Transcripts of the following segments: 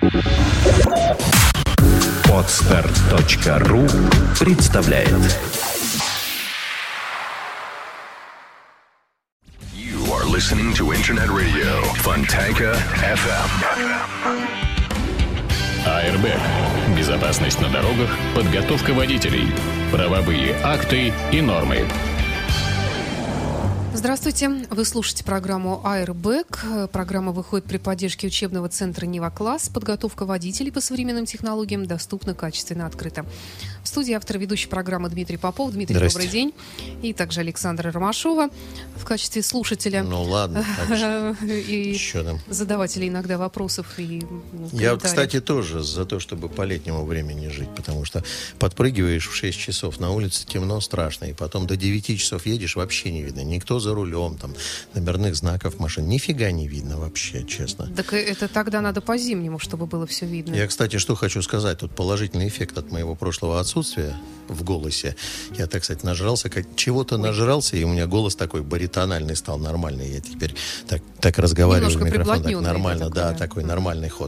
Podster.ru представляет. You are listening to Internet Radio Fontanka FM. АРБ. Безопасность на дорогах, подготовка водителей, правовые акты и нормы. Здравствуйте. Вы слушаете программу Airbag. Программа выходит при поддержке учебного центра «Нива Класс». Подготовка водителей по современным технологиям доступна, качественно, открыто. В студии автор ведущей программы Дмитрий Попов. Дмитрий, добрый день. И также Александра Ромашова в качестве слушателя. Ну ладно. И задавателя иногда вопросов и Я, кстати, тоже за то, чтобы по летнему времени жить, потому что подпрыгиваешь в 6 часов, на улице темно, страшно, и потом до 9 часов едешь, вообще не видно. Никто за рулем, там, номерных знаков машин. Нифига не видно вообще, честно. Так это тогда надо по-зимнему, чтобы было все видно. Я, кстати, что хочу сказать. Тут положительный эффект от моего прошлого отсутствия в голосе. Я, так сказать, нажрался, чего-то нажрался, и у меня голос такой баритональный стал, нормальный. Я теперь так разговариваю в микрофон. Так нормально, да, такой нормальный ход.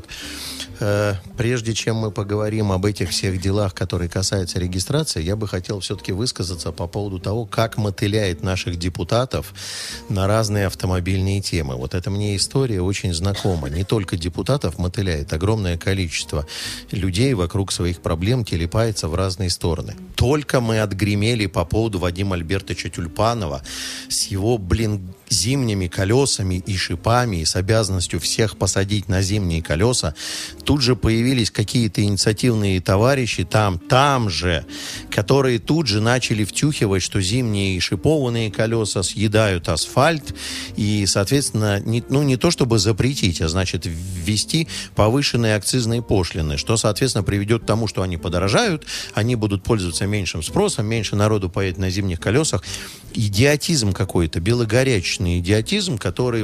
Прежде чем мы поговорим об этих всех делах, которые касаются регистрации, я бы хотел все-таки высказаться по поводу того, как мотыляет наших депутатов на разные автомобильные темы. Вот это мне история очень знакома. Не только депутатов мотыляет, огромное количество людей вокруг своих проблем телепается в разные стороны. Только мы отгремели по поводу Вадима Альбертовича Тюльпанова с его, зимними колесами и шипами, и с обязанностью всех посадить на зимние колеса. Тут же появились какие-то инициативные товарищи там же, которые тут же начали втюхивать, что зимние шипованные колеса съедают асфальт, и, соответственно, не то чтобы запретить, а значит ввести повышенные акцизные пошлины, что, соответственно, приведет к тому, что они подорожают, они будут пользоваться меньшим спросом, меньше народу поедет на зимних колесах. Идиотизм какой-то, белогорячный идиотизм, который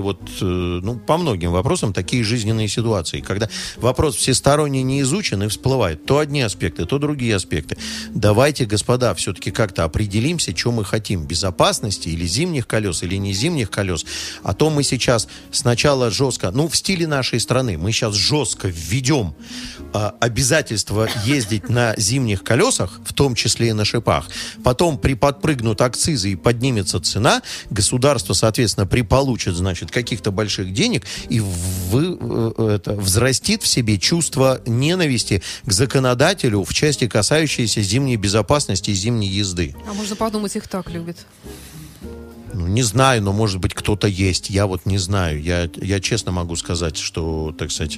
по многим вопросам такие жизненные ситуации, когда вопрос всесторонне не изучен и всплывает то одни аспекты, то другие аспекты. Давайте, господа, все-таки как-то определимся, что мы хотим, безопасности или зимних колес, или не зимних колес. А то мы сейчас сначала жестко, в стиле нашей страны, мы сейчас жестко введем обязательство ездить на зимних колесах, в том числе и на шипах. Потом приподпрыгнут акцизы и поднимется цена, государство, соответственно, приполучит, каких-то больших денег и взрастит в себе чувство ненависти к законодателю в части, касающейся зимней безопасности и зимней езды. А можно подумать, их так любят. Не знаю, но, может быть, кто-то есть. Я не знаю. Я честно могу сказать, что, так сказать,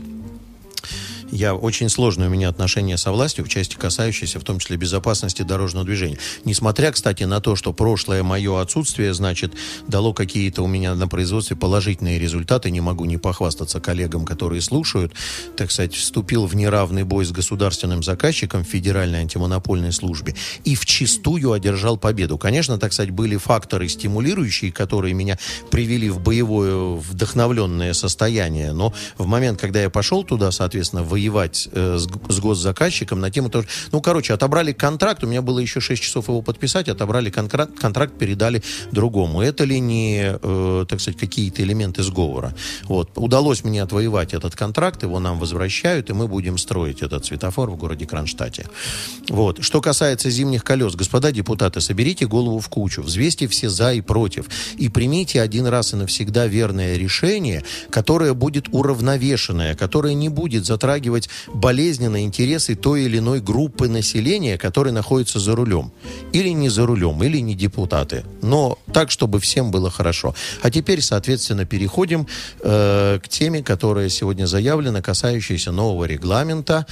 очень сложные у меня отношения со властью в части, касающейся в том числе безопасности дорожного движения. Несмотря, кстати, на то, что прошлое мое отсутствие, дало какие-то у меня на производстве положительные результаты. Не могу не похвастаться коллегам, которые слушают. Так сказать, вступил в неравный бой с государственным заказчиком в Федеральной антимонопольной службе и вчистую одержал победу. Конечно, так сказать, были факторы стимулирующие, которые меня привели в боевое, вдохновленное состояние. Но в момент, когда я пошел туда, соответственно, воевать с госзаказчиком на тему тоже. Отобрали контракт, у меня было еще 6 часов его подписать, отобрали контракт, передали другому. Это ли не, так сказать, какие-то элементы сговора? Удалось мне отвоевать этот контракт, его нам возвращают, и мы будем строить этот светофор в городе Кронштадте. Что касается зимних колес, господа депутаты, соберите голову в кучу, взвесьте все за и против, и примите один раз и навсегда верное решение, которое будет уравновешенное, которое не будет затрагивать болезненные интересы той или иной группы населения, которые находятся за рулем. Или не за рулем, или не депутаты. Но так, чтобы всем было хорошо. А теперь, соответственно, переходим к теме, которая сегодня заявлена, касающейся нового регламента.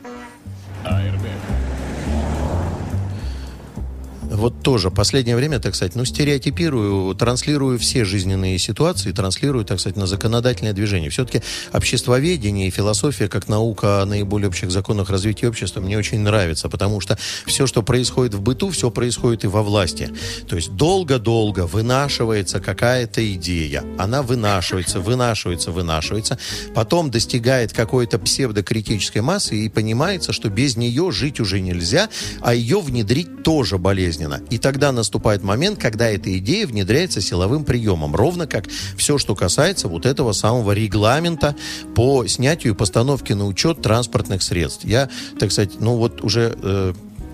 Тоже последнее время, так сказать, стереотипирую, транслирую все жизненные ситуации, транслирую, так сказать, на законодательное движение. Все-таки обществоведение и философия как наука о наиболее общих законах развития общества мне очень нравится, потому что все, что происходит в быту, все происходит и во власти. То есть долго-долго вынашивается какая-то идея. Она вынашивается, потом достигает какой-то псевдокритической массы и понимается, что без нее жить уже нельзя, а ее внедрить тоже болезненно. выполнена. И тогда наступает момент, когда эта идея внедряется силовым приемом. Ровно как все, что касается вот этого самого регламента по снятию и постановке на учет транспортных средств. Я, так сказать, уже...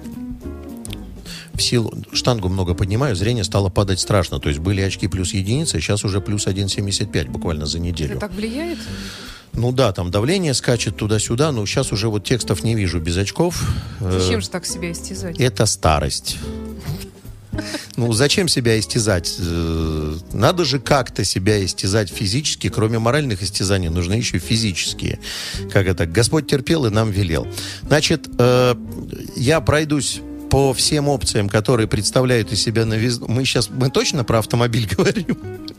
в силу штангу много поднимаю, зрение стало падать страшно. То есть были очки плюс единица, сейчас уже плюс 1,75 буквально за неделю. Это так влияет? Ну да, там давление скачет туда-сюда, но сейчас уже вот текстов не вижу без очков. Зачем же так себя истязать? Это старость. Ну, зачем себя истязать? Надо же как-то себя истязать физически. Кроме моральных истязаний, нужны еще физические. Как это? Господь терпел и нам велел. Значит, я пройдусь по всем опциям, которые представляют из себя новизну. Мы точно про автомобиль говорим?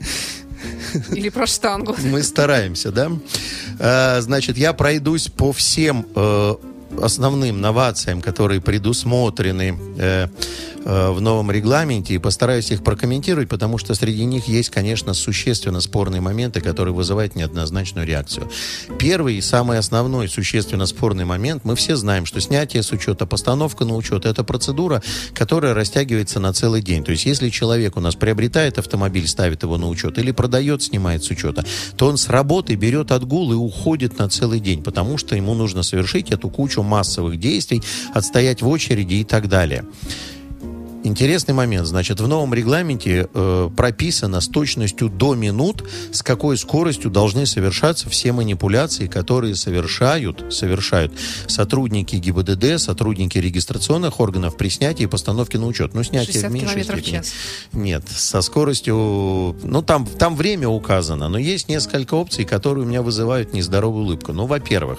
Или про штангу? Мы стараемся, да? Значит, я пройдусь по всем основным новациям, которые предусмотрены в новом регламенте, и постараюсь их прокомментировать, потому что среди них есть, конечно, существенно спорные моменты, которые вызывают неоднозначную реакцию. Первый и самый основной существенно спорный момент: мы все знаем, что снятие с учета, постановка на учет — это процедура, которая растягивается на целый день. То есть, если человек у нас приобретает автомобиль, ставит его на учет, или продает, снимает с учета, то он с работы берет отгул и уходит на целый день, потому что ему нужно совершить эту кучу массовых действий, отстоять в очереди и так далее. Интересный момент. Значит, в новом регламенте прописано с точностью до минут, с какой скоростью должны совершаться все манипуляции, которые совершают сотрудники ГИБДД, сотрудники регистрационных органов при снятии и постановке на учет. Ну, снятие в меньшей степени. Нет, со скоростью... Ну, там время указано, но есть несколько опций, которые у меня вызывают нездоровую улыбку. Ну, во-первых,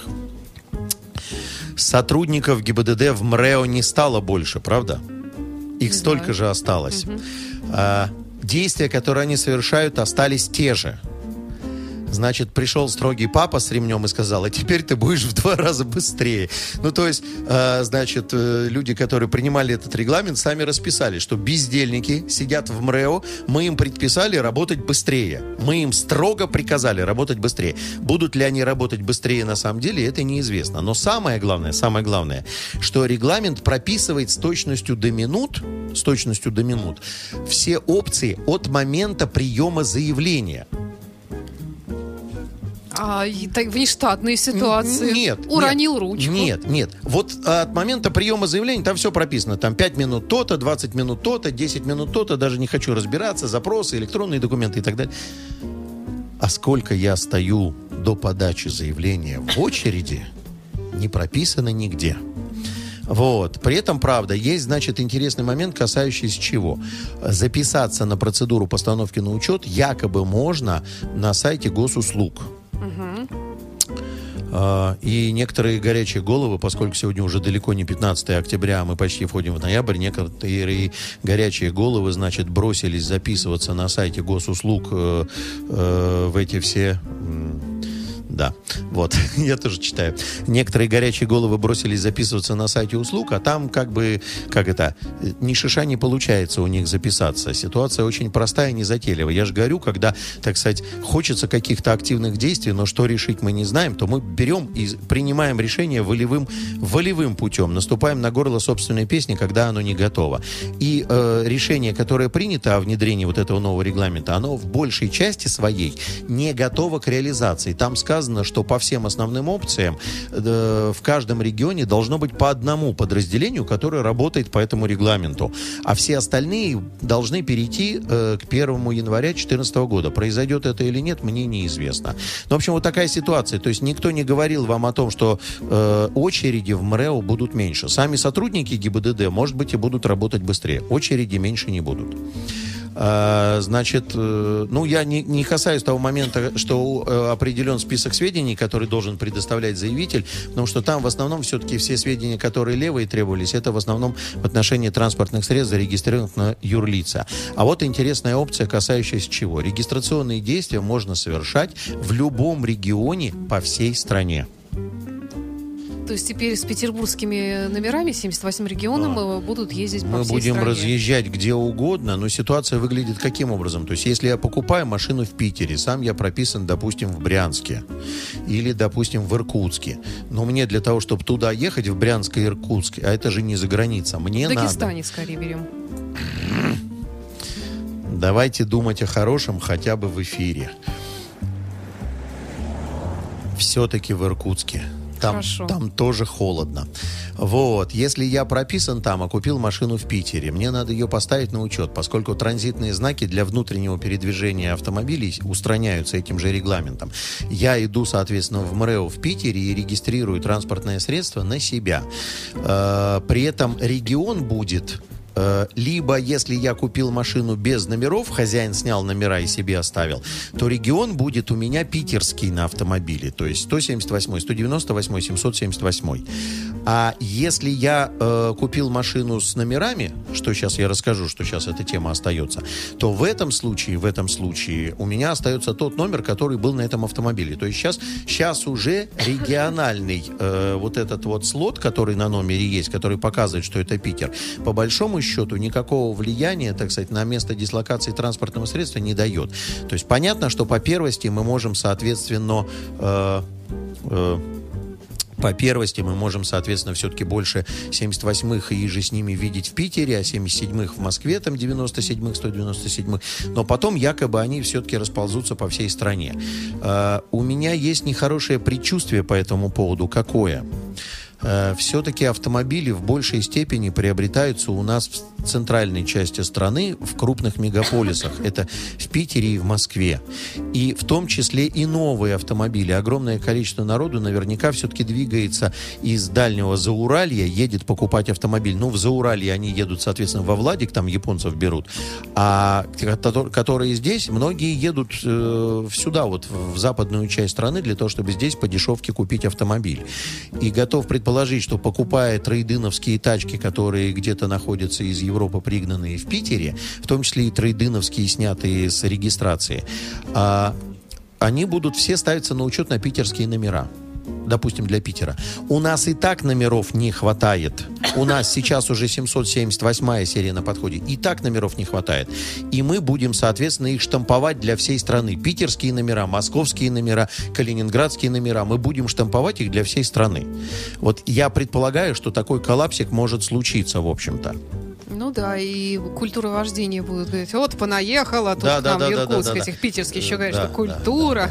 сотрудников ГИБДД в МРЭО не стало больше, правда? Их столько же осталось. Действия, которые они совершают, остались те же. Значит, пришел строгий папа с ремнем и сказал: а теперь ты будешь в 2 раза быстрее. Ну, то есть, значит, люди, которые принимали этот регламент, сами расписали, что бездельники сидят в МРЭО, мы им предписали работать быстрее. Мы им строго приказали работать быстрее. Будут ли они работать быстрее на самом деле, это неизвестно. Но самое главное, что регламент прописывает с точностью до минут все опции от момента приема заявления. А внештатные ситуации? Нет. Уронил ручку? Нет. Вот от момента приема заявления там все прописано. Там 5 минут то-то, 20 минут то-то, 10 минут то-то. Даже не хочу разбираться. Запросы, электронные документы и так далее. А сколько я стою до подачи заявления в очереди, не прописано нигде. Вот. При этом, правда, есть, значит, интересный момент, касающийся чего? Записаться на процедуру постановки на учет якобы можно на сайте госуслуг. И некоторые горячие головы, поскольку сегодня уже далеко не 15 октября, а мы почти входим в ноябрь, некоторые горячие головы, значит, бросились записываться на сайте госуслуг в эти все... Да, вот, я тоже читаю. Некоторые горячие головы бросились записываться на сайте услуг, а там ни шиша не получается у них записаться. Ситуация очень простая и незатейливая. Я же говорю, когда, так сказать, хочется каких-то активных действий, но что решить мы не знаем, то мы берем и принимаем решение волевым путем, наступаем на горло собственной песни, когда оно не готово. И решение, которое принято о внедрении вот этого нового регламента, оно в большей части своей не готово к реализации. Там сказано, что по всем основным опциям в каждом регионе должно быть по одному подразделению, которое работает по этому регламенту. А все остальные должны перейти к 1 января 2014 года. Произойдет это или нет, мне неизвестно. Ну, в общем, вот такая ситуация. То есть никто не говорил вам о том, что очереди в МРЭО будут меньше. Сами сотрудники ГИБДД, может быть, и будут работать быстрее. Очереди меньше не будут. Значит, я не касаюсь того момента, что определен список сведений, который должен предоставлять заявитель, потому что там в основном все-таки все сведения, которые левые требовались, это в основном в отношении транспортных средств, зарегистрированных на юрлица. А вот интересная опция, касающаяся чего? Регистрационные действия можно совершать в любом регионе по всей стране. То есть теперь с петербургскими номерами 78 регионам будут ездить по всей стране. Мы будем разъезжать где угодно, но ситуация выглядит каким образом? То есть если я покупаю машину в Питере, сам я прописан, допустим, в Брянске или, допустим, в Иркутске. Но мне для того, чтобы туда ехать, в Брянск и Иркутск, а это же не за граница, мне надо... В Дагестане скорее берем. Давайте думать о хорошем хотя бы в эфире. Все-таки в Иркутске. Там тоже холодно. Вот. Если я прописан там, а купил машину в Питере, мне надо ее поставить на учет, поскольку транзитные знаки для внутреннего передвижения автомобилей устраняются этим же регламентом. Я иду, соответственно, в МРЭО в Питере и регистрирую транспортное средство на себя. При этом регион будет... Либо, если я купил машину без номеров, хозяин снял номера и себе оставил, то регион будет у меня питерский на автомобиле. То есть 178, 198, 778. А если я купил машину с номерами, что сейчас я расскажу, что сейчас эта тема остается, то в этом случае у меня остается тот номер, который был на этом автомобиле. То есть сейчас уже региональный вот этот вот слот, который на номере есть, который показывает, что это Питер, по большому счету никакого влияния, так сказать, на место дислокации транспортного средства не дает. То есть понятно, что по первости мы можем, соответственно, все-таки больше 78-х и же с ними видеть в Питере, а 77-х в Москве, там 97-х, 197-х. Но потом якобы они все-таки расползутся по всей стране. У меня есть нехорошее предчувствие по этому поводу. Какое? Все-таки автомобили в большей степени приобретаются у нас в центральной части страны, в крупных мегаполисах. Это в Питере и в Москве. И в том числе и новые автомобили. Огромное количество народу наверняка все-таки двигается из дальнего Зауралья, едет покупать автомобиль. Ну, в Зауралье они едут, соответственно, во Владик, там японцев берут. А которые здесь, многие едут сюда, вот в западную часть страны, для того, чтобы здесь по дешевке купить автомобиль. И готов предположить, что покупая трейдиновские тачки, которые где-то находятся из Европы, пригнанные в Питере, в том числе и трейдиновские, снятые с регистрации, они будут все ставиться на учет на питерские номера. Допустим, для Питера. У нас и так номеров не хватает. У нас сейчас уже 778-я серия на подходе. И так номеров не хватает. И мы будем, соответственно, их штамповать для всей страны. Питерские номера, московские номера, калининградские номера. Мы будем штамповать их для всей страны. Вот я предполагаю, что такой коллапсик может случиться, в общем-то. Ну да, и культура вождения будут говорить, вот понаехала, тут к нам Иркутск, этих питерских еще говорят, что культура,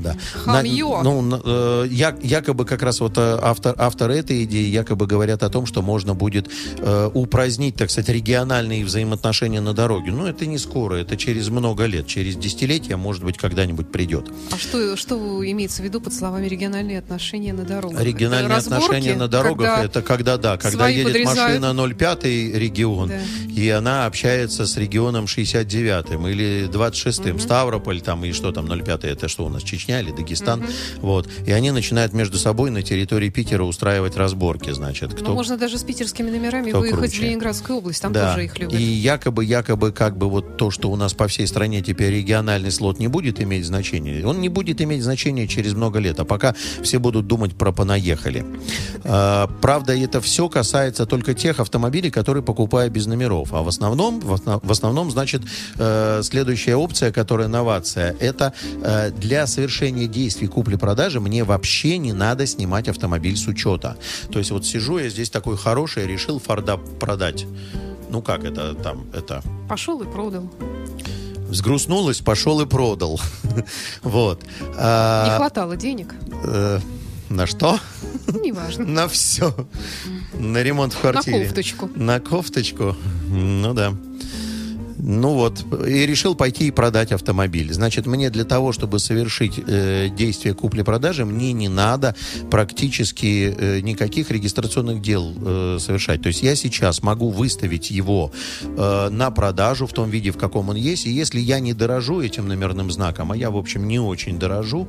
хамье. Якобы как раз вот авторы этой идеи якобы говорят о том, что можно будет упразднить, так сказать, региональные взаимоотношения на дороге. Но это не скоро, это через много лет, через десятилетия, может быть, когда-нибудь придет. А что имеется в виду под словами региональные отношения на дорогах? Региональные отношения на дорогах, это когда едет машина 05-й регион, и она общается с регионом 69-м или 26-м, Ставрополь там, и что там, 05-й, это что у нас, Чечня или Дагестан, вот, и они начинают между собой на территории Питера устраивать разборки, значит. Но можно даже с питерскими номерами выехать в Ленинградскую область, там тоже их любят. И якобы как бы вот то, что у нас по всей стране теперь региональный слот не будет иметь значения, он не будет иметь значения через много лет, а пока все будут думать про понаехали. Правда, это все касается только тех автомобилей, которые покупают без номеров. А в основном, значит, следующая опция, которая новация, это для совершения действий купли-продажи мне вообще не надо снимать автомобиль с учета. То есть вот сижу я здесь такой хороший, решил Форда продать. Ну как это там, это... Пошел и продал. Взгрустнулась, пошел и продал. Вот. Не хватало денег. На что? Неважно. На все. На ремонт в квартире. На кофточку. На кофточку. Ну да. Ну вот, и решил пойти и продать автомобиль. Значит, мне для того, чтобы совершить действие купли-продажи, мне не надо практически никаких регистрационных дел совершать. То есть я сейчас могу выставить его на продажу в том виде, в каком он есть. И если я не дорожу этим номерным знаком, а я, в общем, не очень дорожу,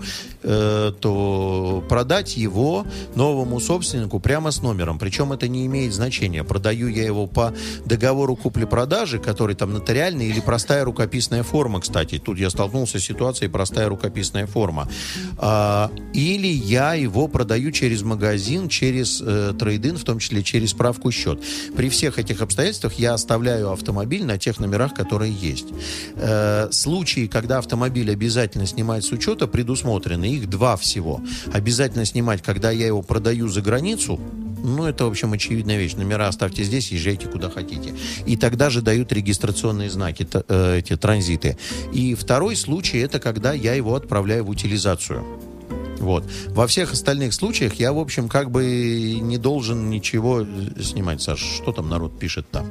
то продать его новому собственнику прямо с номером. Причем это не имеет значения. Продаю я его по договору купли-продажи, который там нотариальный, или простая рукописная форма, кстати. Тут я столкнулся с ситуацией простая рукописная форма. Или я его продаю через магазин, через трейд-ин, в том числе через справку счет. При всех этих обстоятельствах я оставляю автомобиль на тех номерах, которые есть. Случаи, когда автомобиль обязательно снимать с учета, предусмотрены. Их два всего. Обязательно снимать, когда я его продаю за границу, Ну, это, в общем, очевидная вещь. Номера оставьте здесь, езжайте куда хотите. И тогда же дают регистрационные знаки, эти транзиты. И второй случай, это когда я его отправляю в утилизацию. Вот. Во всех остальных случаях я, в общем, как бы не должен ничего снимать. Саш, что там народ пишет там?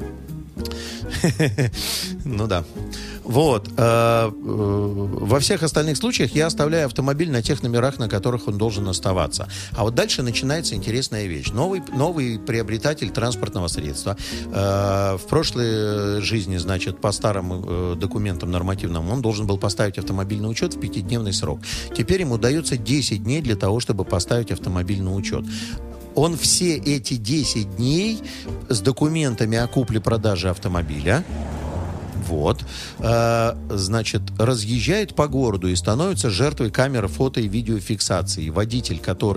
Ну да. Вот. Во всех остальных случаях я оставляю автомобиль на тех номерах, на которых он должен оставаться. А вот дальше начинается интересная вещь. Новый приобретатель транспортного средства в прошлой жизни, значит, по старым документам нормативным, он должен был поставить автомобиль на учет в 5-дневный срок. Теперь ему дается 10 дней для того, чтобы поставить автомобиль на учет. Он все эти 10 дней с документами о купле-продаже автомобиля, вот, значит, разъезжает по городу и становится жертвой камер фото- и видеофиксации. Водитель,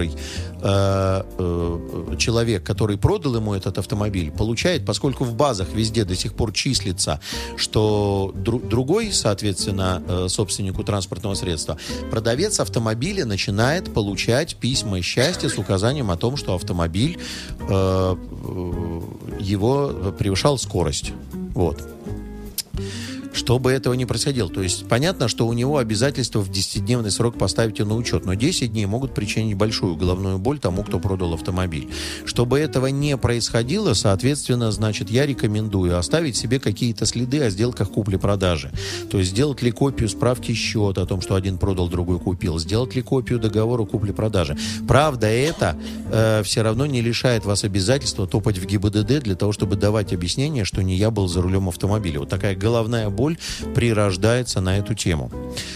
человек, который продал ему этот автомобиль, получает, поскольку в базах везде до сих пор числится, что другой, соответственно, собственнику транспортного средства, продавец автомобиля начинает получать письма счастья с указанием о том, что автомобиль его превышал скорость. Вот. Чтобы этого не происходило. То есть понятно, что у него обязательство в 10-дневный срок поставить его на учет, но 10 дней могут причинить большую головную боль тому, кто продал автомобиль. Чтобы этого не происходило, соответственно, значит, я рекомендую оставить себе какие-то следы о сделках купли-продажи. То есть сделать ли копию справки счета о том, что один продал, другой купил, сделать ли копию договора купли-продажи. Правда, это все равно не лишает вас обязательства топать в ГИБДД для того, чтобы давать объяснение, что не я был за рулем автомобиля. Вот такая головная боль прирождается на эту тему.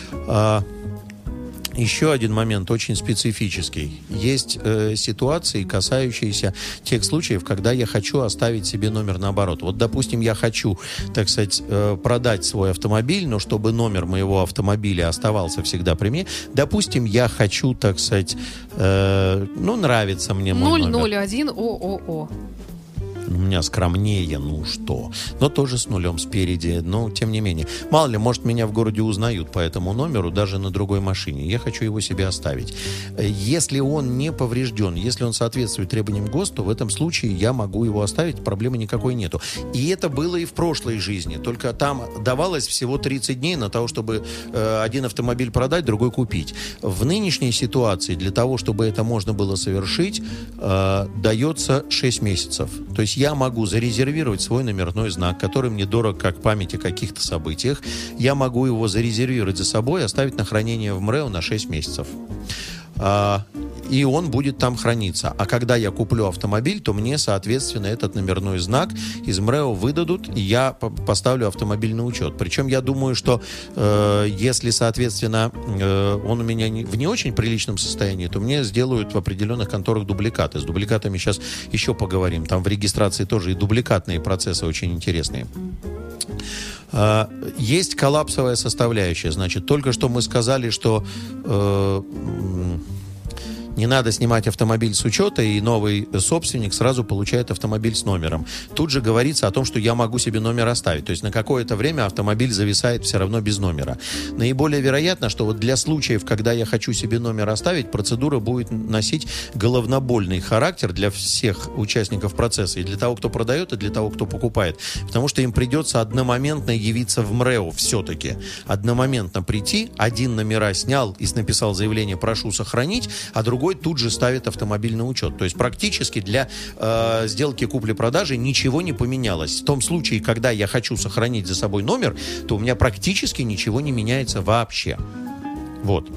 Еще один момент очень специфический. Есть ситуации, касающиеся тех случаев, когда я хочу оставить себе номер наоборот. Вот, допустим, я хочу, так сказать, продать свой автомобиль, но чтобы номер моего автомобиля оставался всегда при мне. Допустим, я хочу, так сказать, нравится мне мой номер. 001 ООО. У меня скромнее, ну что. Но тоже с нулем спереди, но тем не менее. Мало ли, может, меня в городе узнают по этому номеру, даже на другой машине. Я хочу его себе оставить. Если он не поврежден, если он соответствует требованиям ГОСТ, то в этом случае я могу его оставить, проблемы никакой нету. И это было и в прошлой жизни, только там давалось всего 30 дней на то, чтобы один автомобиль продать, другой купить. В нынешней ситуации для того, чтобы это можно было совершить, дается 6 месяцев. То есть я могу зарезервировать свой номерной знак, который мне дорог как память о каких-то событиях. Я могу его зарезервировать за собой и оставить на хранение в МРЭО на 6 месяцев. И он будет там храниться. А когда я куплю автомобиль, то мне, соответственно, этот номерной знак из МРЭО выдадут, и я поставлю автомобиль на учет. Причем я думаю, что если, соответственно, он у меня в не очень приличном состоянии, то мне сделают в определенных конторах дубликаты. С дубликатами сейчас еще поговорим. Там в регистрации тоже и дубликатные процессы очень интересные. Есть коллапсовая составляющая. Значит, только что мы сказали, что не надо снимать автомобиль с учета, и новый собственник сразу получает автомобиль с номером. Тут же говорится о том, что я могу себе номер оставить. То есть на какое-то время автомобиль зависает все равно без номера. Наиболее вероятно, что вот для случаев, когда я хочу себе номер оставить, процедура будет носить головнобольный характер для всех участников процесса. И для того, кто продает, и для того, кто покупает. Потому что им придется одномоментно явиться в МРЭО все-таки. Одномоментно прийти, один номера снял и написал заявление «прошу сохранить», а другой тут же ставит автомобиль на учет. То есть практически для сделки купли-продажи ничего не поменялось. В том случае, когда я хочу сохранить за собой номер, то у меня практически ничего не меняется вообще. Вот.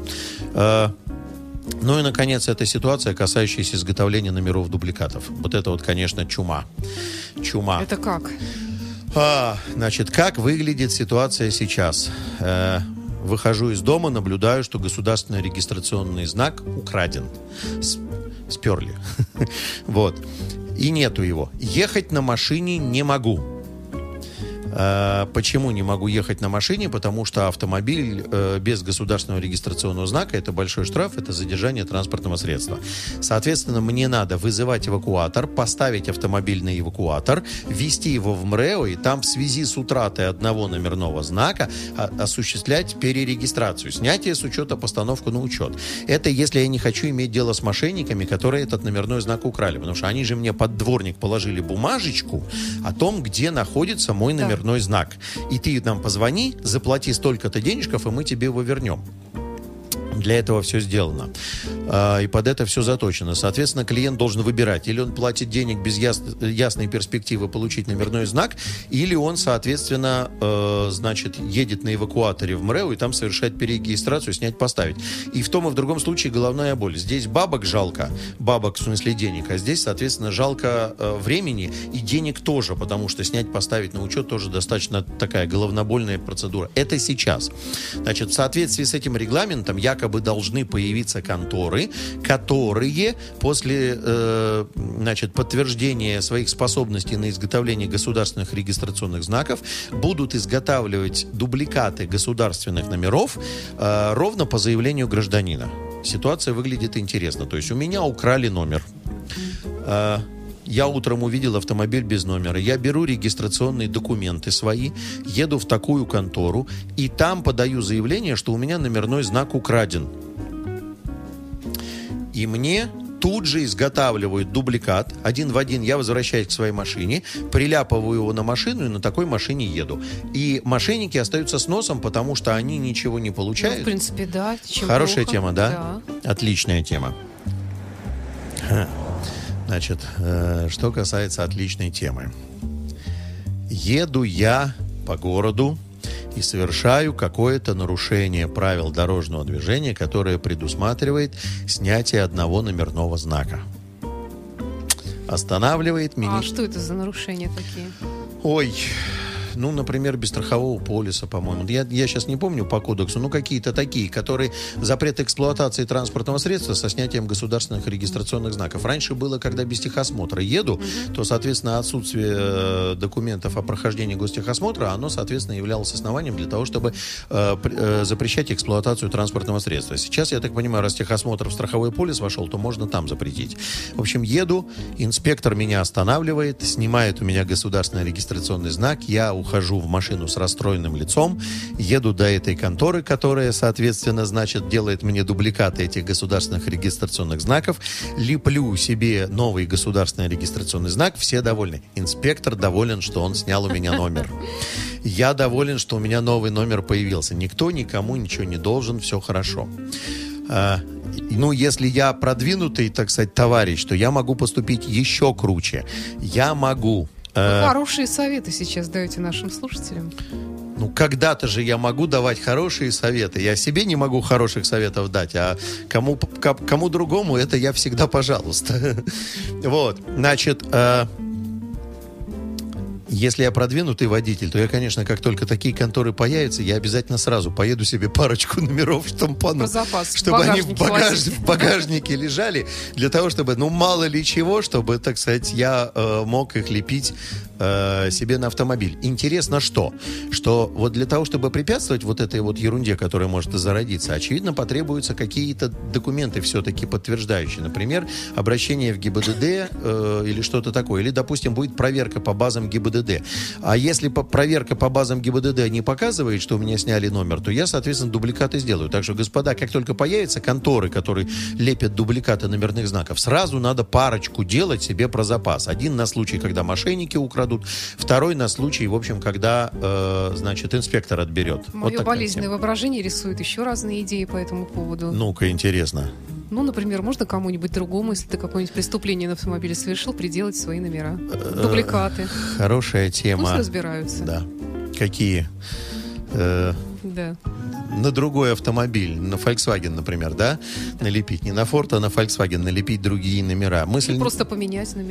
Ну и, наконец, эта ситуация, касающаяся изготовления номеров дубликатов. Вот это вот, конечно, чума. Чума. Это как? Значит, как выглядит ситуация сейчас? Выхожу из дома, наблюдаю, что государственный регистрационный знак украден. Сперли. Вот. И нету его. Ехать на машине не могу. Почему не могу ехать на машине? Потому что автомобиль без государственного регистрационного знака — это большой штраф, это задержание транспортного средства. Соответственно, мне надо вызывать эвакуатор, поставить автомобиль на эвакуатор, везти его в МРЭО, и там в связи с утратой одного номерного знака осуществлять перерегистрацию, снятие с учета, постановку на учет. Это если я не хочу иметь дело с мошенниками, которые этот номерной знак украли. Потому что они же мне под дворник положили бумажечку о том, где находится мой номерной знак. И ты нам позвони, заплати столько-то денежков, и мы тебе его вернем. Для этого все сделано. И под это все заточено. Соответственно, клиент должен выбирать. Или он платит денег без ясной перспективы получить номерной знак, или он, соответственно, едет на эвакуаторе в МРЭО и там совершает перерегистрацию, снять, поставить. И в том и в другом случае головная боль. Здесь бабок жалко, бабок в смысле денег, а здесь, соответственно, жалко времени и денег тоже, потому что снять, поставить на учет тоже достаточно такая головнобольная процедура. Это сейчас. Значит, в соответствии с этим регламентом якобы должны появиться конторы, которые после подтверждения своих способностей на изготовление государственных регистрационных знаков будут изготавливать дубликаты государственных номеров ровно по заявлению гражданина. Ситуация выглядит интересно. То есть у меня украли номер. Я утром увидел автомобиль без номера. Я беру регистрационные документы свои, еду в такую контору, и там подаю заявление, что у меня номерной знак украден. И мне тут же изготавливают дубликат. Один в один я возвращаюсь к своей машине, приляпываю его на машину и на такой машине еду. И мошенники остаются с носом, потому что они ничего не получают. Ну, в принципе, да. Чем Хорошая плохо. тема, да? Отличная тема. Значит, что касается отличной темы. Еду я по городу и совершаю какое-то нарушение правил дорожного движения, которое предусматривает снятие одного номерного знака. Останавливает меня... А что это за нарушения такие? Ой... Ну, например, без страхового полиса, по-моему. Я сейчас не помню по кодексу, но какие-то такие, которые запрет эксплуатации транспортного средства со снятием государственных регистрационных знаков. Раньше было, когда без техосмотра еду, то, соответственно, отсутствие документов о прохождении гостехосмотра, оно, соответственно, являлось основанием для того, чтобы запрещать эксплуатацию транспортного средства. Сейчас, я так понимаю, раз техосмотр в страховой полис вошел, то можно там запретить. В общем, еду, инспектор меня останавливает, снимает у меня государственный регистрационный знак, я ухожу в машину с расстроенным лицом, еду до этой конторы, которая, соответственно, делает мне дубликаты этих государственных регистрационных знаков, леплю себе новый государственный регистрационный знак, все довольны. Инспектор доволен, что он снял у меня номер. Я доволен, что у меня новый номер появился. Никто никому ничего не должен, все хорошо. Ну, если я продвинутый, так сказать, товарищ, то я могу поступить еще круче. Я могу... Вы хорошие советы сейчас даете нашим слушателям. Ну, когда-то же я могу давать хорошие советы. Я себе не могу хороших советов дать, а кому другому это я всегда пожалуйста. Вот, значит... Если я продвинутый водитель, то я, конечно, как только такие конторы появятся, я обязательно сразу поеду себе парочку номеров штампану, чтобы они в багажнике лежали, для того, чтобы, ну, мало ли чего, чтобы, так сказать, я мог их лепить себе на автомобиль. Интересно, что вот для того, чтобы препятствовать вот этой вот ерунде, которая может зародиться, очевидно, потребуются какие-то документы все-таки подтверждающие. Например, обращение в ГИБДД или что-то такое. Или, допустим, будет проверка по базам ГИБДД. А если проверка по базам ГИБДД не показывает, что у меня сняли номер, то я, соответственно, дубликаты сделаю. Так что, господа, как только появятся конторы, которые лепят дубликаты номерных знаков, сразу надо парочку делать себе про запас. Один на случай, когда мошенники украдут, второй на случай, в общем, когда, инспектор отберет. Мое вот болезненное воображение рисует еще разные идеи по этому поводу. Ну-ка, интересно. Ну, например, можно кому-нибудь другому, если ты какое-нибудь преступление на автомобиле совершил, приделать свои номера. Дубликаты. Хорошая тема. Пусть разбираются. Да. Какие? Да. На другой автомобиль, на Volkswagen, например, да? Налепить. Не на Ford, а на Volkswagen налепить другие номера. Просто поменять номера.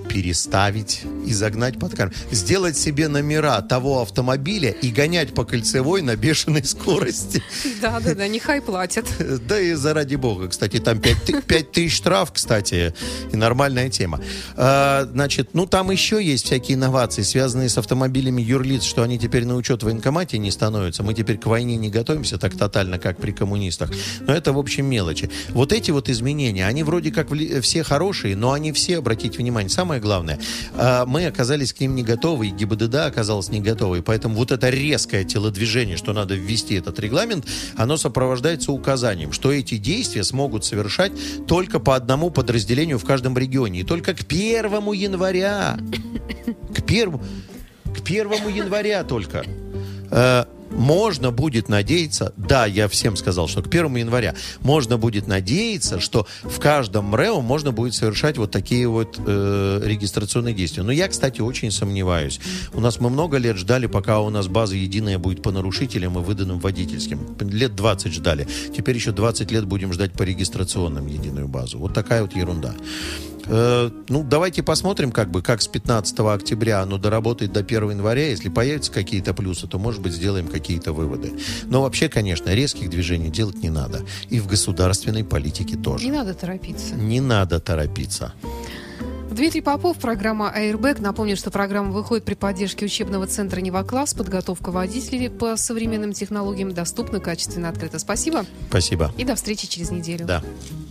переставить и загнать под камеру. Сделать себе номера того автомобиля и гонять по кольцевой на бешеной скорости. Да, нехай платят. Да и заради бога, кстати, там 5000 штраф, кстати, и нормальная тема. Значит, там еще есть всякие инновации, связанные с автомобилями юрлиц, что они теперь на учет в военкомате не становятся. Мы теперь к войне не готовимся так тотально, как при коммунистах. Но это, в общем, мелочи. Вот эти вот изменения, они вроде как все хорошие, но они все, обратите внимание, самое главное, мы оказались к ним не готовы, и ГИБДД оказалась не готовой. Поэтому вот это резкое телодвижение, что надо ввести этот регламент, оно сопровождается указанием, что эти действия смогут совершать только по одному подразделению в каждом регионе. И только к 1 января. К 1 января только. Можно будет надеяться, да, я всем сказал, что к 1 января можно будет надеяться, что в каждом МРЭО можно будет совершать вот такие вот регистрационные действия. Но я, кстати, очень сомневаюсь. Мы много лет ждали, пока у нас база единая будет по нарушителям и выданным водительским. Лет 20 ждали. Теперь еще 20 лет будем ждать по регистрационным единую базу. Вот такая вот ерунда. Давайте посмотрим, как с 15 октября оно доработает до 1 января. Если появятся какие-то плюсы, то, может быть, сделаем какие-то выводы. Но вообще, конечно, резких движений делать не надо. И в государственной политике тоже. Не надо торопиться. Не надо торопиться. Дмитрий Попов, программа «Airbag». Напомню, что программа выходит при поддержке учебного центра «Нева-класс». Подготовка водителей по современным технологиям доступна, качественно, открыто. Спасибо. Спасибо. И до встречи через неделю. Да.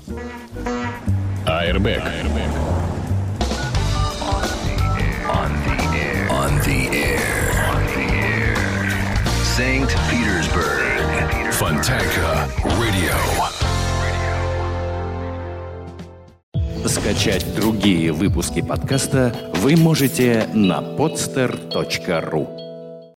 Airbag. On the air. St. Petersburg. Fontanka Radio. Скачать другие выпуски подкаста вы можете на podster.ru.